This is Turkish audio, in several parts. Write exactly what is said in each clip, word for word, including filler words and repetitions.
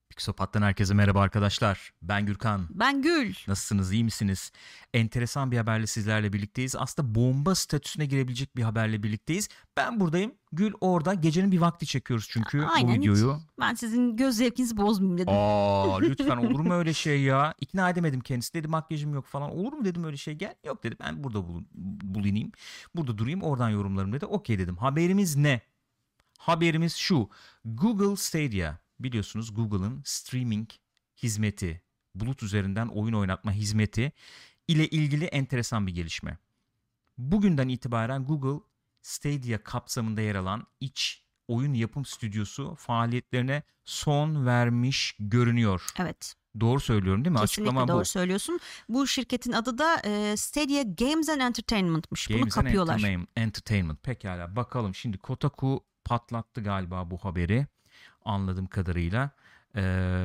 Pixopat'tan herkese merhaba arkadaşlar. Ben Gürkan. Ben Gül. Nasılsınız, iyi misiniz? Enteresan bir haberle sizlerle birlikteyiz. Aslında bomba statüsüne girebilecek bir haberle birlikteyiz. Ben buradayım, Gül orada. Gecenin bir vakti çekiyoruz çünkü Aynen, bu videoyu. Hiç. Ben sizin göz zevkinizi bozmayayım dedim. Aa, lütfen olur mu öyle şey ya? İkna edemedim kendisi. Dedi makyajım yok falan. Olur mu dedim öyle şey, gel. Yok dedi, ben burada bulun, bulunayım. Burada durayım, oradan yorumlarım dedi. Okey dedim. Haberimiz ne? Haberimiz şu. Google Stadia, biliyorsunuz Google'ın streaming hizmeti, bulut üzerinden oyun oynatma hizmeti ile ilgili enteresan bir gelişme. Bugünden itibaren Google Stadia kapsamında yer alan iç oyun yapım stüdyosu faaliyetlerine son vermiş görünüyor. Evet. Doğru söylüyorum değil mi? Kesinlikle Açıklama doğru bu. söylüyorsun. Bu şirketin adı da e, Stadia Games and Entertainment'mış. Bunu Games and kapıyorlar. Entertainment, Entertainment. Pekala bakalım. Şimdi Kotaku patlattı galiba bu haberi. Anladığım kadarıyla. Ee,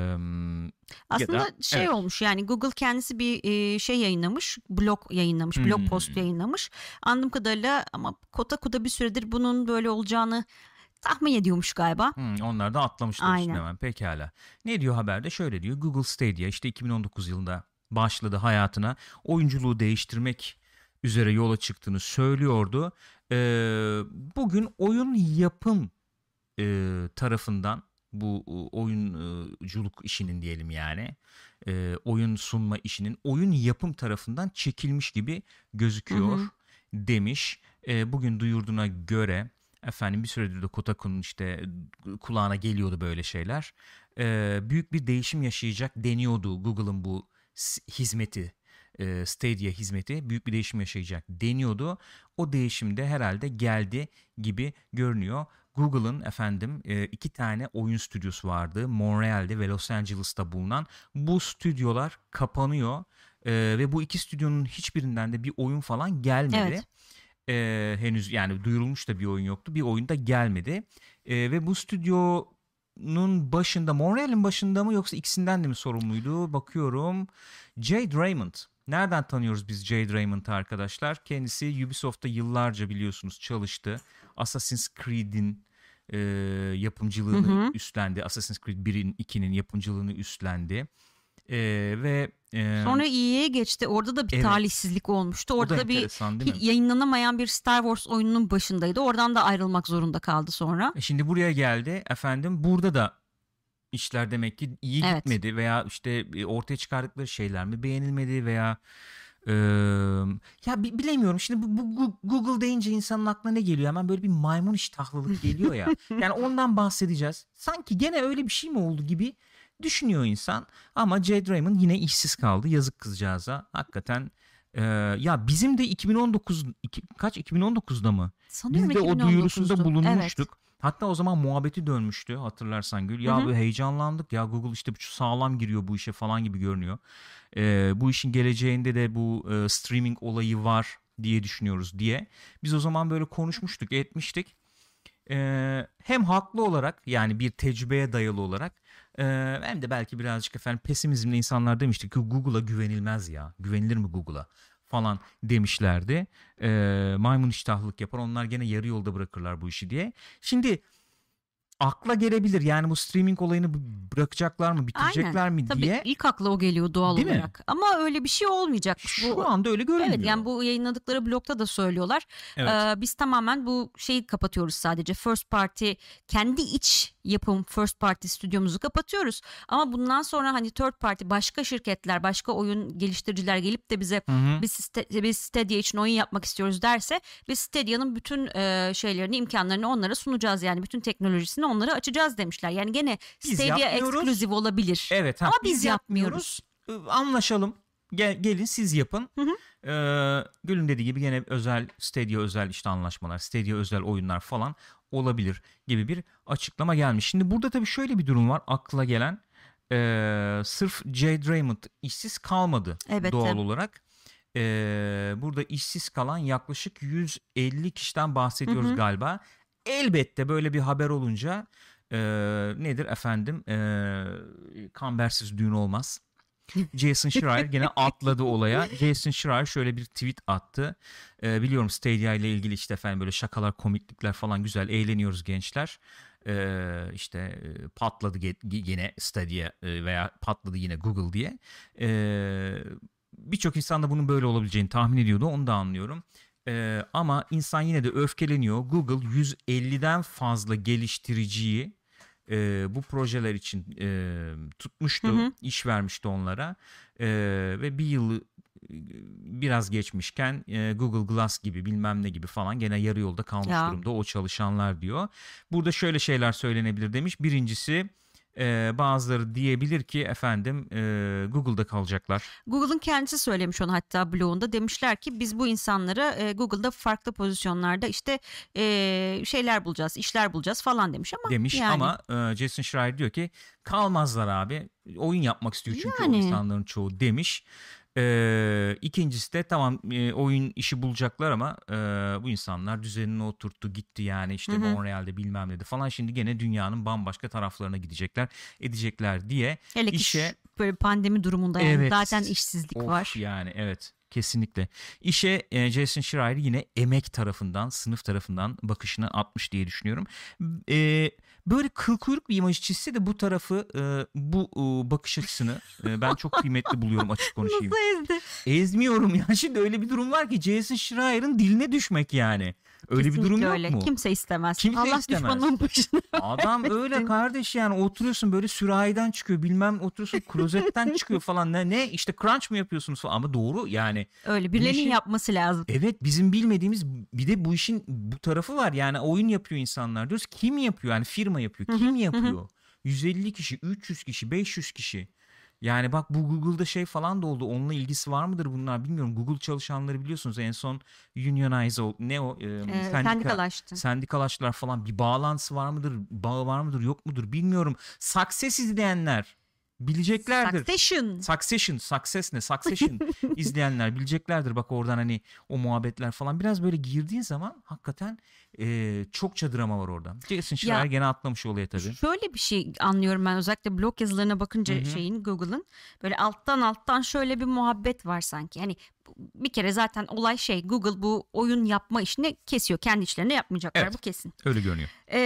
Aslında da, şey evet. olmuş, yani Google kendisi bir e, şey yayınlamış. Blog yayınlamış. Blog Hmm. post yayınlamış. Anladığım kadarıyla ama Kotaku'da bir süredir bunun böyle olacağını tahmin ediyormuş galiba. Hmm, onlar da atlamışlar Aynen. üstüne hemen. Pekala. Ne diyor haberde? Şöyle diyor. Google Stadia işte iki bin on dokuz yılında başladı hayatına. Oyunculuğu değiştirmek üzere yola çıktığını söylüyordu. Ee, bugün oyun yapım e, tarafından, bu oyunculuk işinin diyelim yani, e, oyun sunma işinin oyun yapım tarafından çekilmiş gibi gözüküyor, Hı hı. demiş. E, bugün duyurduğuna göre efendim bir süredir de Kotaku'nun işte kulağına geliyordu böyle şeyler. E, büyük bir değişim yaşayacak deniyordu Google'ın bu hizmeti. e, Stadia hizmeti büyük bir değişim yaşayacak deniyordu. O değişim de herhalde geldi gibi görünüyor. Google'ın efendim iki tane oyun stüdyosu vardı. Montreal'de ve Los Angeles'ta bulunan. Bu stüdyolar kapanıyor. Ee, ve bu iki stüdyonun hiçbirinden de bir oyun falan gelmedi. Evet. Ee, henüz yani duyurulmuş da bir oyun yoktu. Bir oyun da gelmedi. Ee, ve bu stüdyonun başında, Montreal'in başında mı yoksa ikisinden de mi sorumluydu? Bakıyorum. Jade Raymond. Nereden tanıyoruz biz Jade Raymond'ı arkadaşlar? Kendisi Ubisoft'ta yıllarca biliyorsunuz çalıştı. Assassin's Creed'in e, yapımcılığını Hı hı. üstlendi. Assassin's Creed birin, ikinin yapımcılığını üstlendi. E, ve e, Sonra E A'ye geçti. Orada da bir evet, talihsizlik olmuştu. o Orada da da bir enteresan değil mi? yayınlanamayan bir Star Wars oyununun başındaydı. Oradan da ayrılmak zorunda kaldı sonra. E şimdi buraya geldi efendim. Burada da işler demek ki iyi Evet. gitmedi veya işte ortaya çıkardıkları şeyler mi beğenilmedi veya Ee, ya bi- bilemiyorum. Şimdi bu, bu Google deyince insanın aklına ne geliyor? Hemen böyle bir maymun iştahlılık geliyor ya. Yani ondan bahsedeceğiz. Sanki gene öyle bir şey mi oldu gibi düşünüyor insan. Ama Jade Raymond yine işsiz kaldı. Yazık kızcağıza. Hakikaten e, ya bizim de iki bin on dokuz iki, kaç iki bin on dokuzda mı? Sanıyorum Biz de o duyurusunda bulunmuştuk. Evet. Hatta o zaman muhabbeti dönmüştü, hatırlarsan Gül. Ya Hı hı. böyle heyecanlandık ya, Google işte sağlam giriyor bu işe falan gibi görünüyor. Ee, bu işin geleceğinde de bu e, streaming olayı var diye düşünüyoruz diye. Biz o zaman böyle konuşmuştuk, etmiştik. Ee, hem haklı olarak, yani bir tecrübeye dayalı olarak, e, hem de belki birazcık efendim pesimizmle insanlar demiştik ki Google'a güvenilmez ya. Güvenilir mi Google'a falan demişlerdi. Ee, maymun iştahlılık yapar, onlar gene yarı yolda bırakırlar bu işi diye. Şimdi akla gelebilir yani, bu streaming olayını bırakacaklar mı, bitirecekler Aynen. mi Tabii diye. ilk akla o geliyor doğal Değil mi? olarak. Ama öyle bir şey olmayacakmış. Şu Bu, anda öyle görünmüyor. evet, yani bu yayınladıkları blogda da söylüyorlar. Evet. Ee, biz tamamen bu şeyi kapatıyoruz sadece. First party, kendi iç yapım first party stüdyomuzu kapatıyoruz. Ama bundan sonra hani third party başka şirketler, başka oyun geliştiriciler gelip de bize Hı hı. biz, biz Stadia için oyun yapmak istiyoruz derse, biz Stadia'nın bütün e, şeylerini, imkanlarını onlara sunacağız. Yani bütün teknolojisini onlara açacağız demişler. Yani gene Biz Stadia yapmıyoruz. eksklusif olabilir. Evet, ha, Ama biz, biz yapmıyoruz. yapmıyoruz. Ee, Anlaşalım. Gel, gelin siz yapın. Hı hı. Ee, Gül'ün dediği gibi gene özel Stadia özel işte anlaşmalar, Stadia özel oyunlar falan olabilir gibi bir açıklama gelmiş. Şimdi burada tabii şöyle bir durum var akla gelen. Ee, sırf Jade Raymond işsiz kalmadı Evet. doğal olarak. Ee, burada işsiz kalan yaklaşık yüz elli kişiden bahsediyoruz Hı hı. galiba. Elbette böyle bir haber olunca e, nedir efendim, e, kambersiz düğün olmaz. Jason Schreier gene atladı olaya. Jason Schreier şöyle bir tweet attı. Ee, biliyorum Stadia ile ilgili işte efendim böyle şakalar, komiklikler falan, güzel, eğleniyoruz gençler. Ee, işte patladı yine Stadia veya patladı yine Google diye. Ee, birçok insan da bunun böyle olabileceğini tahmin ediyordu, onu da anlıyorum. Ee, ama insan yine de öfkeleniyor. Google yüz elliden fazla geliştiriciyi e, bu projeler için e, tutmuştu, hı hı. iş vermişti onlara e, ve bir yılı biraz geçmişken e, Google Glass gibi bilmem ne gibi falan gene yarı yolda kalmış ya. durumda o çalışanlar diyor. Burada şöyle şeyler söylenebilir demiş. Birincisi e, bazıları diyebilir ki efendim e, Google'da kalacaklar. Google'ın kendisi söylemiş onu hatta blogunda, demişler ki biz bu insanlara e, Google'da farklı pozisyonlarda işte e, şeyler bulacağız, işler bulacağız falan demiş ama. Demiş yani. ama e, Jason Schreier diyor ki kalmazlar abi, oyun yapmak istiyor çünkü yani. O insanların çoğu demiş. Ee, ikincisi de tamam e, oyun işi bulacaklar ama e, bu insanlar düzenini oturttu gitti yani işte Montreal'de bilmem ne de falan, şimdi gene dünyanın bambaşka taraflarına gidecekler edecekler diye. Hele işe ki böyle pandemi durumunda yani evet. zaten işsizlik of, var. Yani evet kesinlikle. İşe e, Jason Schreier yine emek tarafından, sınıf tarafından bakışını atmış diye düşünüyorum. E, böyle kıl kuyruk bir imaj çizse de bu tarafı e, bu e, bakış açısını e, ben çok kıymetli buluyorum, açık konuşayım. Nasıl ezdi? Ezmiyorum ya, şimdi öyle bir durum var ki Jason Schreier'ın diline düşmek yani. Öyle kesinlikle bir durum yok öyle. mu? Kimse istemez. Kimse Allah istemez. düşmanın başına. Adam öyle kardeş yani, oturuyorsun böyle sürahiden çıkıyor bilmem, oturuyorsun klozetten çıkıyor falan, ne ne işte crunch mı yapıyorsunuz falan, ama doğru yani. Öyle birilerinin işin yapması lazım. Evet, bizim bilmediğimiz bir de bu işin bu tarafı var yani, oyun yapıyor insanlar diyoruz, kim yapıyor yani, firma yapıyor, kim yapıyor? yüz elli kişi, üç yüz kişi, beş yüz kişi. Yani bak bu Google'da şey falan da oldu. Onunla ilgisi var mıdır bunlar bilmiyorum. Google çalışanları biliyorsunuz en son unionize oldu. Ne o? E, ee, sendika, sendikalaştı. Sendikalaştılar falan. Bir bağlantısı var mıdır? Bağı var mıdır? Yok mudur? Bilmiyorum. Success izleyenler bileceklerdir. Succession. Succession. Success ne? Succession izleyenler bileceklerdir. Bak oradan hani o muhabbetler falan. Biraz böyle girdiğin zaman hakikaten e, çokça drama var orada. Jason Schreier gene atlamış olaya tabii. Şöyle bir şey anlıyorum ben özellikle blog yazılarına bakınca Hı-hı. şeyin Google'ın böyle alttan alttan şöyle bir muhabbet var sanki. Yani bir kere zaten olay şey, Google bu oyun yapma işini kesiyor. Kendi işlerini yapmayacaklar, evet, bu kesin. Öyle görünüyor.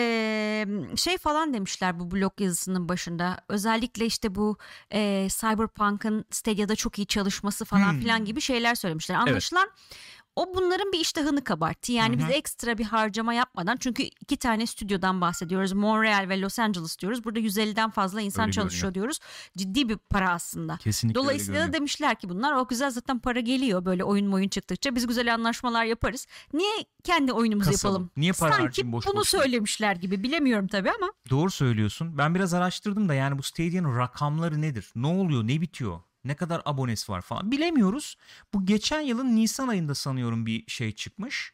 Ee, şey falan demişler bu blog yazısının başında. Özellikle işte bu e, Cyberpunk'ın Stadia'da çok iyi çalışması falan hmm. filan gibi şeyler söylemişler. Anlaşılan evet. O bunların bir iştahını kabarttı. Yani Hı-hı. biz ekstra bir harcama yapmadan, çünkü iki tane stüdyodan bahsediyoruz. Montreal ve Los Angeles diyoruz. Burada yüz elliden fazla insan öyle çalışıyor görünüyor. diyoruz. Ciddi bir para aslında. Kesinlikle. Dolayısıyla da demişler ki bunlar o güzel zaten para geliyor böyle oyun oyun çıktıkça. Biz güzel anlaşmalar yaparız. Niye kendi oyunumuzu Kasalım. yapalım? Niye para Sanki boş bunu boş söylemişler gibi, bilemiyorum tabii ama. Doğru söylüyorsun. Ben biraz araştırdım da yani bu Stadia'nın rakamları nedir? Ne oluyor? Ne bitiyor? Ne kadar abonesi var falan bilemiyoruz. Bu geçen yılın Nisan ayında sanıyorum bir şey çıkmış.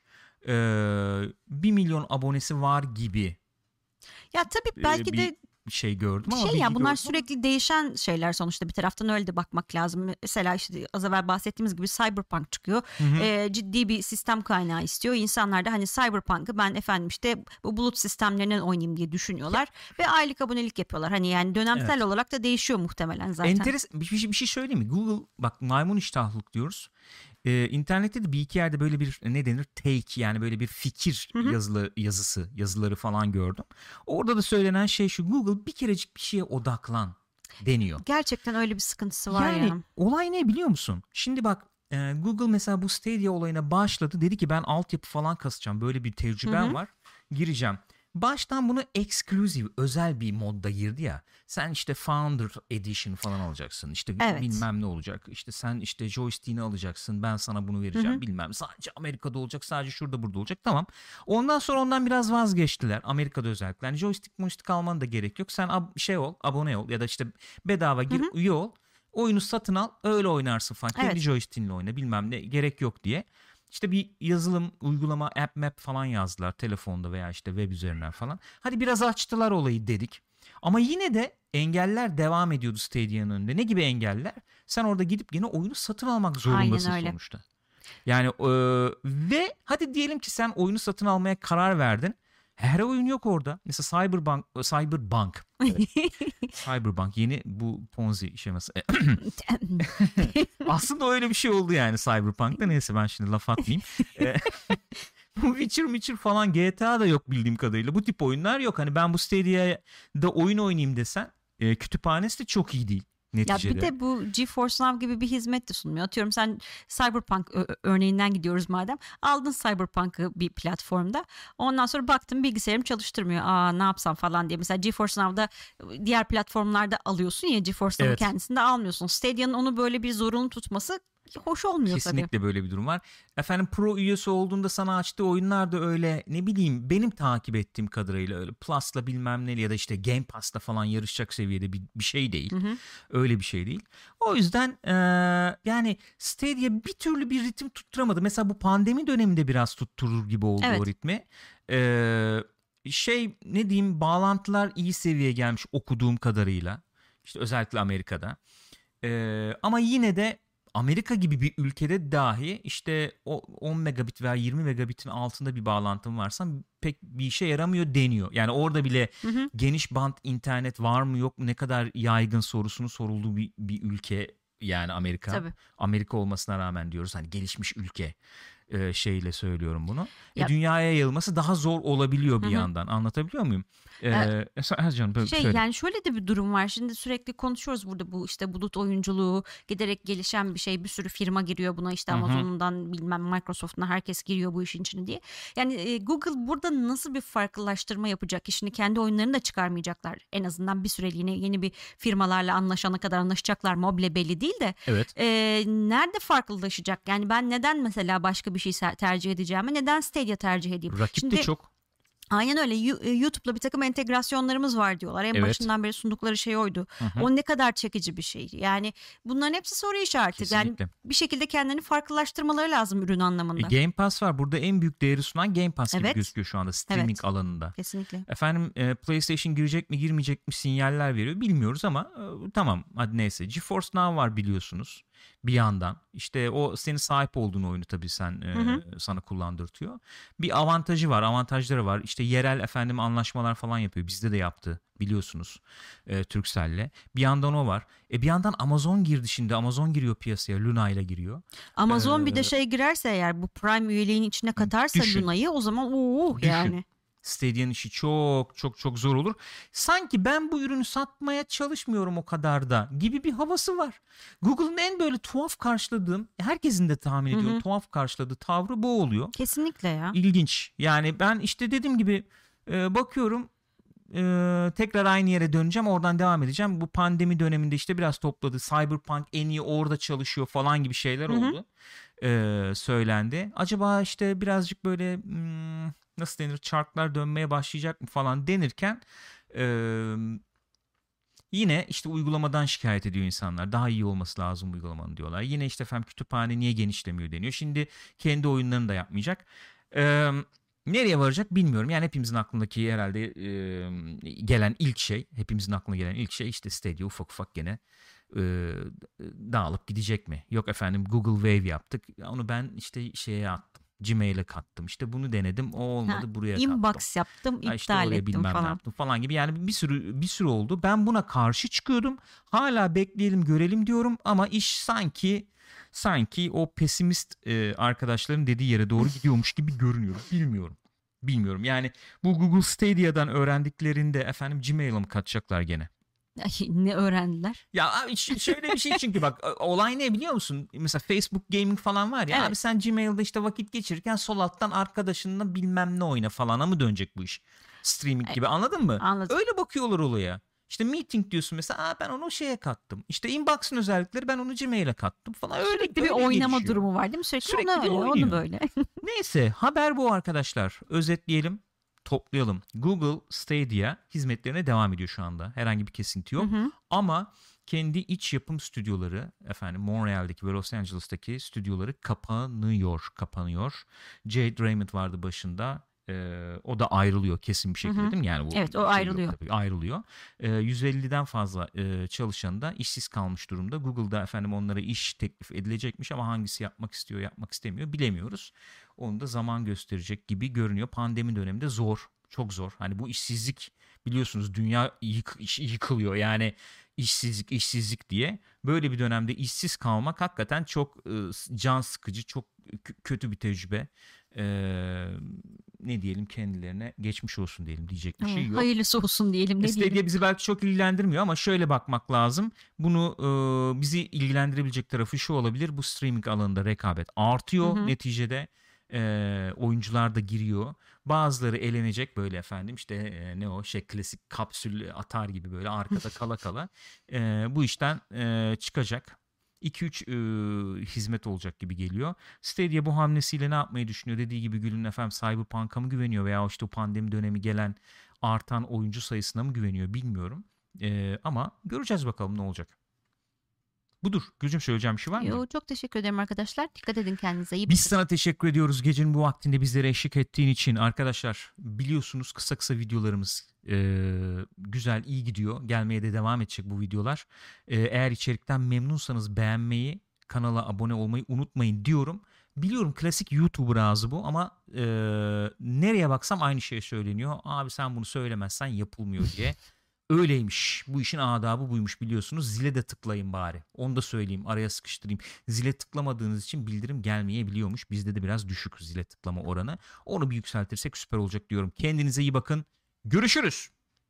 Ee, bir milyon abonesi var gibi. Ya tabii belki bir, de bir şey gördüm ama. Şey ya bunlar sürekli ama. değişen şeyler sonuçta, bir taraftan öyle de bakmak lazım. Mesela işte az evvel bahsettiğimiz gibi Cyberpunk çıkıyor. Ee, ciddi bir sistem kaynağı istiyor. İnsanlar da hani Cyberpunk'ı ben efendim işte bu bulut sistemlerinden oynayayım diye düşünüyorlar. Ve aylık abonelik yapıyorlar. Hani yani dönemsel evet. olarak da değişiyor muhtemelen zaten. Enteres bir, şey, bir şey söyleyeyim mi? Google bak maymun iştahlılık diyoruz. Ee, internette de bir iki yerde böyle bir ne denir take, yani böyle bir fikir hı hı. yazılı yazısı yazıları falan gördüm. Orada da söylenen şey şu: Google bir kerecik bir şeye odaklan deniyor. Gerçekten öyle bir sıkıntısı var yani, ya. Olay ne biliyor musun? Şimdi bak e, Google mesela bu Stadia olayına başladı. Dedi ki ben altyapı falan kasacağım. Böyle bir tecrübem hı hı. var. Gireceğim. Baştan bunu exclusive, özel bir modda girdi ya. Sen işte Founder Edition falan alacaksın. İşte evet. bilmem ne olacak. İşte sen işte joystick'ini alacaksın. Ben sana bunu vereceğim. Hı hı. Bilmem. Sadece Amerika'da olacak. Sadece şurada burada olacak. Tamam. Ondan sonra ondan biraz vazgeçtiler. Amerika'da özellikle. Yani joystick joystick alman da gerek yok. Sen ab- şey ol, abone ol ya da işte bedava gir, hı hı. üye ol. Oyunu satın al. Öyle oynarsın falan. Evet. Kendi joystick'inle oyna. Bilmem ne. Gerek yok diye. İşte bir yazılım, uygulama, app map falan yazdılar telefonda veya işte web üzerinden falan. Hadi biraz açtılar olayı dedik. Ama yine de engeller devam ediyordu Stadia'nın önünde. Ne gibi engeller? Sen orada gidip yine oyunu satın almak zorundasın sonuçta. Yani e, ve hadi diyelim ki sen oyunu satın almaya karar verdin. Her oyun yok orada. Mesela Cyberpunk, Cyberpunk. Evet. Cyberpunk yeni bu Ponzi şeması. Aslında öyle bir şey oldu yani Cyberpunk'ta. Neyse ben şimdi laf atmayayım. Bu Witcher Witcher falan G T A da yok bildiğim kadarıyla. Bu tip oyunlar yok. Hani ben bu Stadia'da oyun oynayayım desen e, kütüphanesi de çok iyi değil neticede. Ya bir de bu GeForce Now gibi bir hizmet de sunmuyor. Atıyorum sen Cyberpunk ö- örneğinden gidiyoruz madem. Aldın Cyberpunk'ı bir platformda. Ondan sonra baktın bilgisayarım çalıştırmıyor. Aa ne yapsam falan diye. Mesela GeForce Now'da diğer platformlarda alıyorsun ya, GeForce Now'ın Evet. kendisinde almıyorsun. Stadia'nın onu böyle bir zorunlu tutması hoş olmuyor Kesinlikle tabii. böyle bir durum var. Efendim Pro üyesi olduğunda sana açtığı oyunlar da öyle, ne bileyim, benim takip ettiğim kadarıyla öyle Plus'la bilmem neyle ya da işte Game Pass'la falan yarışacak seviyede bir, bir şey değil. Hı hı. Öyle bir şey değil. O yüzden eee, yani Stadia bir türlü bir ritim tutturamadı. Mesela bu pandemi döneminde biraz tutturur gibi oldu Evet. o ritmi. Eee, şey ne diyeyim, bağlantılar iyi seviyeye gelmiş okuduğum kadarıyla. İşte özellikle Amerika'da. Eee, ama yine de Amerika gibi bir ülkede dahi işte o on megabit veya yirmi megabitin altında bir bağlantın varsa pek bir işe yaramıyor deniyor. Yani orada bile Hı hı. geniş bant internet var mı yok mu, ne kadar yaygın sorusunu sorulduğu bir, bir ülke yani Amerika. Tabii. Amerika olmasına rağmen diyoruz hani gelişmiş ülke e, şeyle söylüyorum bunu. E, Ya- dünyaya yayılması daha zor olabiliyor bir Hı hı. yandan. Anlatabiliyor muyum? E, E, Esra canım böyle Şey söyle. yani şöyle de bir durum var. Şimdi sürekli konuşuyoruz burada, bu işte bulut oyunculuğu giderek gelişen bir şey. Bir sürü firma giriyor buna, işte Hı hı. Amazon'dan bilmem Microsoft'una, herkes giriyor bu işin içine diye. Yani e, Google burada nasıl bir farklılaştırma yapacak ki? Şimdi kendi oyunlarını da çıkarmayacaklar. En azından bir süreliğine yeni bir firmalarla anlaşana kadar anlaşacaklar mı o bile belli değil de. Evet. E, nerede farklılaşacak? Yani ben neden mesela başka bir şey se- tercih edeceğime neden Stadia tercih edeyim? Rakip Şimdi de çok. aynen öyle. Yu- e, YouTube'la bir takım entegrasyonlarımız var diyorlar. En Evet. başından beri sundukları şey oydu. Hı hı. O ne kadar çekici bir şey. Yani bunların hepsi soru işareti. Yani Kesinlikle. bir şekilde kendini farklılaştırmaları lazım ürün E, anlamında. Game Pass var. Burada en büyük değeri sunan Game Pass gibi Evet. gözüküyor şu anda streaming Evet. alanında. Kesinlikle. Efendim e, PlayStation girecek mi girmeyecek mi sinyaller veriyor. Bilmiyoruz ama e, tamam hadi neyse. GeForce Now var biliyorsunuz bir yandan. İşte o senin sahip olduğun oyunu tabii sen e, Hı hı. sana kullandırtıyor. Bir avantajı var, avantajları var. İşte yerel efendim anlaşmalar falan yapıyor. Bizde de yaptı biliyorsunuz e, Turkcell'le. Bir yandan o var. E bir yandan Amazon girdi şimdi. Amazon giriyor piyasaya. Luna ile giriyor. Amazon bir Ee, de şey girerse eğer, bu Prime üyeliğin içine katarsa düşün. Luna'yı, o zaman ooo Düşün. yani. Stadia'nın işi çok çok çok zor olur. Sanki ben bu ürünü satmaya çalışmıyorum o kadar da gibi bir havası var. Google'ın en böyle tuhaf karşıladığım, herkesin de tahmin Hı ediyorum hı. tuhaf karşıladığı tavrı bu oluyor. Kesinlikle ya. İlginç. Yani ben işte dediğim gibi e, bakıyorum e, tekrar aynı yere döneceğim, oradan devam edeceğim. Bu pandemi döneminde işte biraz topladı. Cyberpunk en iyi orada çalışıyor falan gibi şeyler Hı hı. oldu. E, söylendi. Acaba işte birazcık böyle hmm, nasıl denir, çarklar dönmeye başlayacak mı falan denirken e, yine işte uygulamadan şikayet ediyor insanlar. Daha iyi olması lazım uygulamanın diyorlar. Yine işte efendim kütüphane niye genişlemiyor deniyor. Şimdi kendi oyunlarını da yapmayacak. Ee, nereye varacak bilmiyorum. Yani hepimizin aklındaki herhalde e, gelen ilk şey, hepimizin aklına gelen ilk şey işte Stadia ufak ufak gene e, dağılıp gidecek mi? Yok efendim Google Wave yaptık. Onu ben işte şeye attım. Gmail'e kattım. İşte bunu denedim. O olmadı, Ha, buraya kattım. inbox yaptım, Ha işte iptal oraya ettim bilmem ne falan. yaptım falan gibi. Yani bir sürü bir sürü oldu. Ben buna karşı çıkıyordum. Hala bekleyelim görelim diyorum ama iş sanki sanki o pesimist e, arkadaşların dediği yere doğru gidiyormuş gibi görünüyor. Bilmiyorum. Bilmiyorum. Yani bu Google Stadia'dan öğrendiklerinde efendim Gmail'a mı katacaklar gene? Ay, ne öğrendiler? Ya abi ş- şöyle bir şey, çünkü bak olay ne biliyor musun? Mesela Facebook Gaming falan var ya, Evet. abi sen Gmail'da işte vakit geçirirken sol alttan arkadaşınla bilmem ne oyna falana mı dönecek bu iş? Streaming E, gibi, anladın mı? Anladım. Öyle bakıyorlar olaya. İşte meeting diyorsun mesela, aa ben onu şeye kattım. İşte inbox'ın özellikleri ben onu Gmail'e kattım falan. Öyle Sürekli bir öyle oynama gelişiyor. durumu var değil mi? Sürekli, Sürekli onu bir öyle, oynuyor. onu böyle. Neyse, haber bu arkadaşlar. Özetleyelim, toplayalım. Google Stadia hizmetlerine devam ediyor şu anda. Herhangi bir kesinti yok. Hı hı. Ama kendi iç yapım stüdyoları, efendim Montreal'deki ve Los Angeles'taki stüdyoları kapanıyor, kapanıyor. Jade Raymond vardı başında. Ee, o da ayrılıyor kesin bir şekilde, Hı hı. değil mi? Yani bu Evet, o şey yok ayrılıyor. tabii, ayrılıyor. Ee, yüz elliden fazla e, çalışan da işsiz kalmış durumda. Google'da efendim onlara iş teklif edilecekmiş ama hangisi yapmak istiyor, yapmak istemiyor bilemiyoruz. Onu da zaman gösterecek gibi görünüyor. Pandemi döneminde zor, çok zor. Hani bu işsizlik, biliyorsunuz dünya yık, yıkılıyor yani, işsizlik işsizlik diye. Böyle bir dönemde işsiz kalmak hakikaten çok e, can sıkıcı, çok k- kötü bir tecrübe. Ee, ne diyelim, kendilerine geçmiş olsun diyelim, diyecek bir şey yok. Hayırlısı olsun diyelim. Ne Stadia diyelim? bizi belki çok ilgilendirmiyor ama şöyle bakmak lazım. Bunu e, bizi ilgilendirebilecek tarafı şu olabilir. Bu streaming alanında rekabet artıyor. Hı hı. Neticede e, oyuncular da giriyor. Bazıları elenecek böyle efendim, işte e, ne o şey klasik kapsül atar gibi böyle arkada kala kala e, bu işten e, çıkacak. iki üç e, hizmet olacak gibi geliyor. Stadia bu hamlesiyle ne yapmayı düşünüyor? Dediği gibi Gül'ün efendim Cyberpunk'a mı güveniyor veya işte o pandemi dönemi gelen artan oyuncu sayısına mı güveniyor bilmiyorum. E, ama göreceğiz bakalım ne olacak. Budur. Gülcüm, söyleyeceğim bir şey var mı? Yo, çok teşekkür ederim arkadaşlar. Dikkat edin kendinize. İyi Biz bakın. sana teşekkür ediyoruz gecenin bu vaktinde bizlere eşlik ettiğin için. Arkadaşlar biliyorsunuz kısa kısa videolarımız e, güzel, iyi gidiyor. Gelmeye de devam edecek bu videolar. E, eğer içerikten memnunsanız beğenmeyi, kanala abone olmayı unutmayın diyorum. Biliyorum klasik YouTuber ağzı bu ama e, nereye baksam aynı şey söyleniyor. Abi sen bunu söylemezsen yapılmıyor diye. Öyleymiş. Bu işin adabı buymuş, biliyorsunuz. Zile de tıklayın bari. Onu da söyleyeyim, araya sıkıştırayım. Zile tıklamadığınız için bildirim gelmeyebiliyormuş. Bizde de biraz düşük zile tıklama oranı. Onu bir yükseltirsek süper olacak diyorum. Kendinize iyi bakın. Görüşürüz.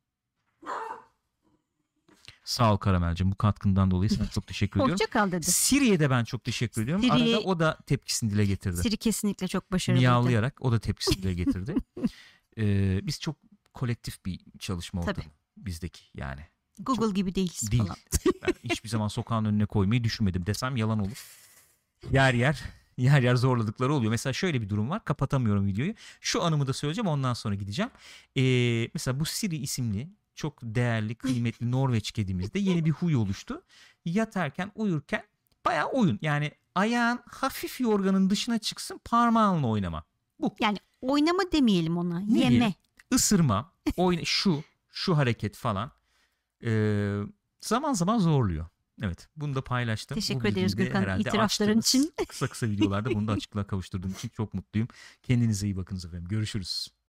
Sağ ol Karamel'cim, bu katkından dolayı sana çok teşekkür ediyorum. Hoşça kal dedi. Siri'ye de ben çok teşekkür ediyorum. Siri- Arada o da tepkisini dile getirdi. Siri kesinlikle çok başarılıydı. Miyavlayarak o da tepkisini dile getirdi. Ee, biz çok kolektif bir çalışma ortamı. Tabii. Bizdeki yani. Google gibi değiliz Değil. falan. Ben hiçbir zaman sokağın önüne koymayı düşünmedim desem yalan olur. Yer yer yer yer zorladıkları oluyor. Mesela şöyle bir durum var. Kapatamıyorum videoyu. Şu anımı da söyleyeceğim, ondan sonra gideceğim. Ee, mesela bu Siri isimli çok değerli, kıymetli Norveç kedimizde yeni bir huy oluştu. Yatarken, uyurken bayağı oyun. Yani ayağın hafif yorganın dışına çıksın, parmağınla oynama. Bu. Yani oynama demeyelim ona. Ne Yeme. diyelim? Isırma, oyna, şu şu hareket falan. Ee, zaman zaman zorluyor. Evet, bunu da paylaştım. Teşekkür Bu ederiz bilgiyi de Gürkan, herhalde itirafların açtınız. için. Kısa kısa videolarda bunu da açıklığa kavuşturduğum için çok mutluyum. Kendinize iyi bakınız efendim. Görüşürüz.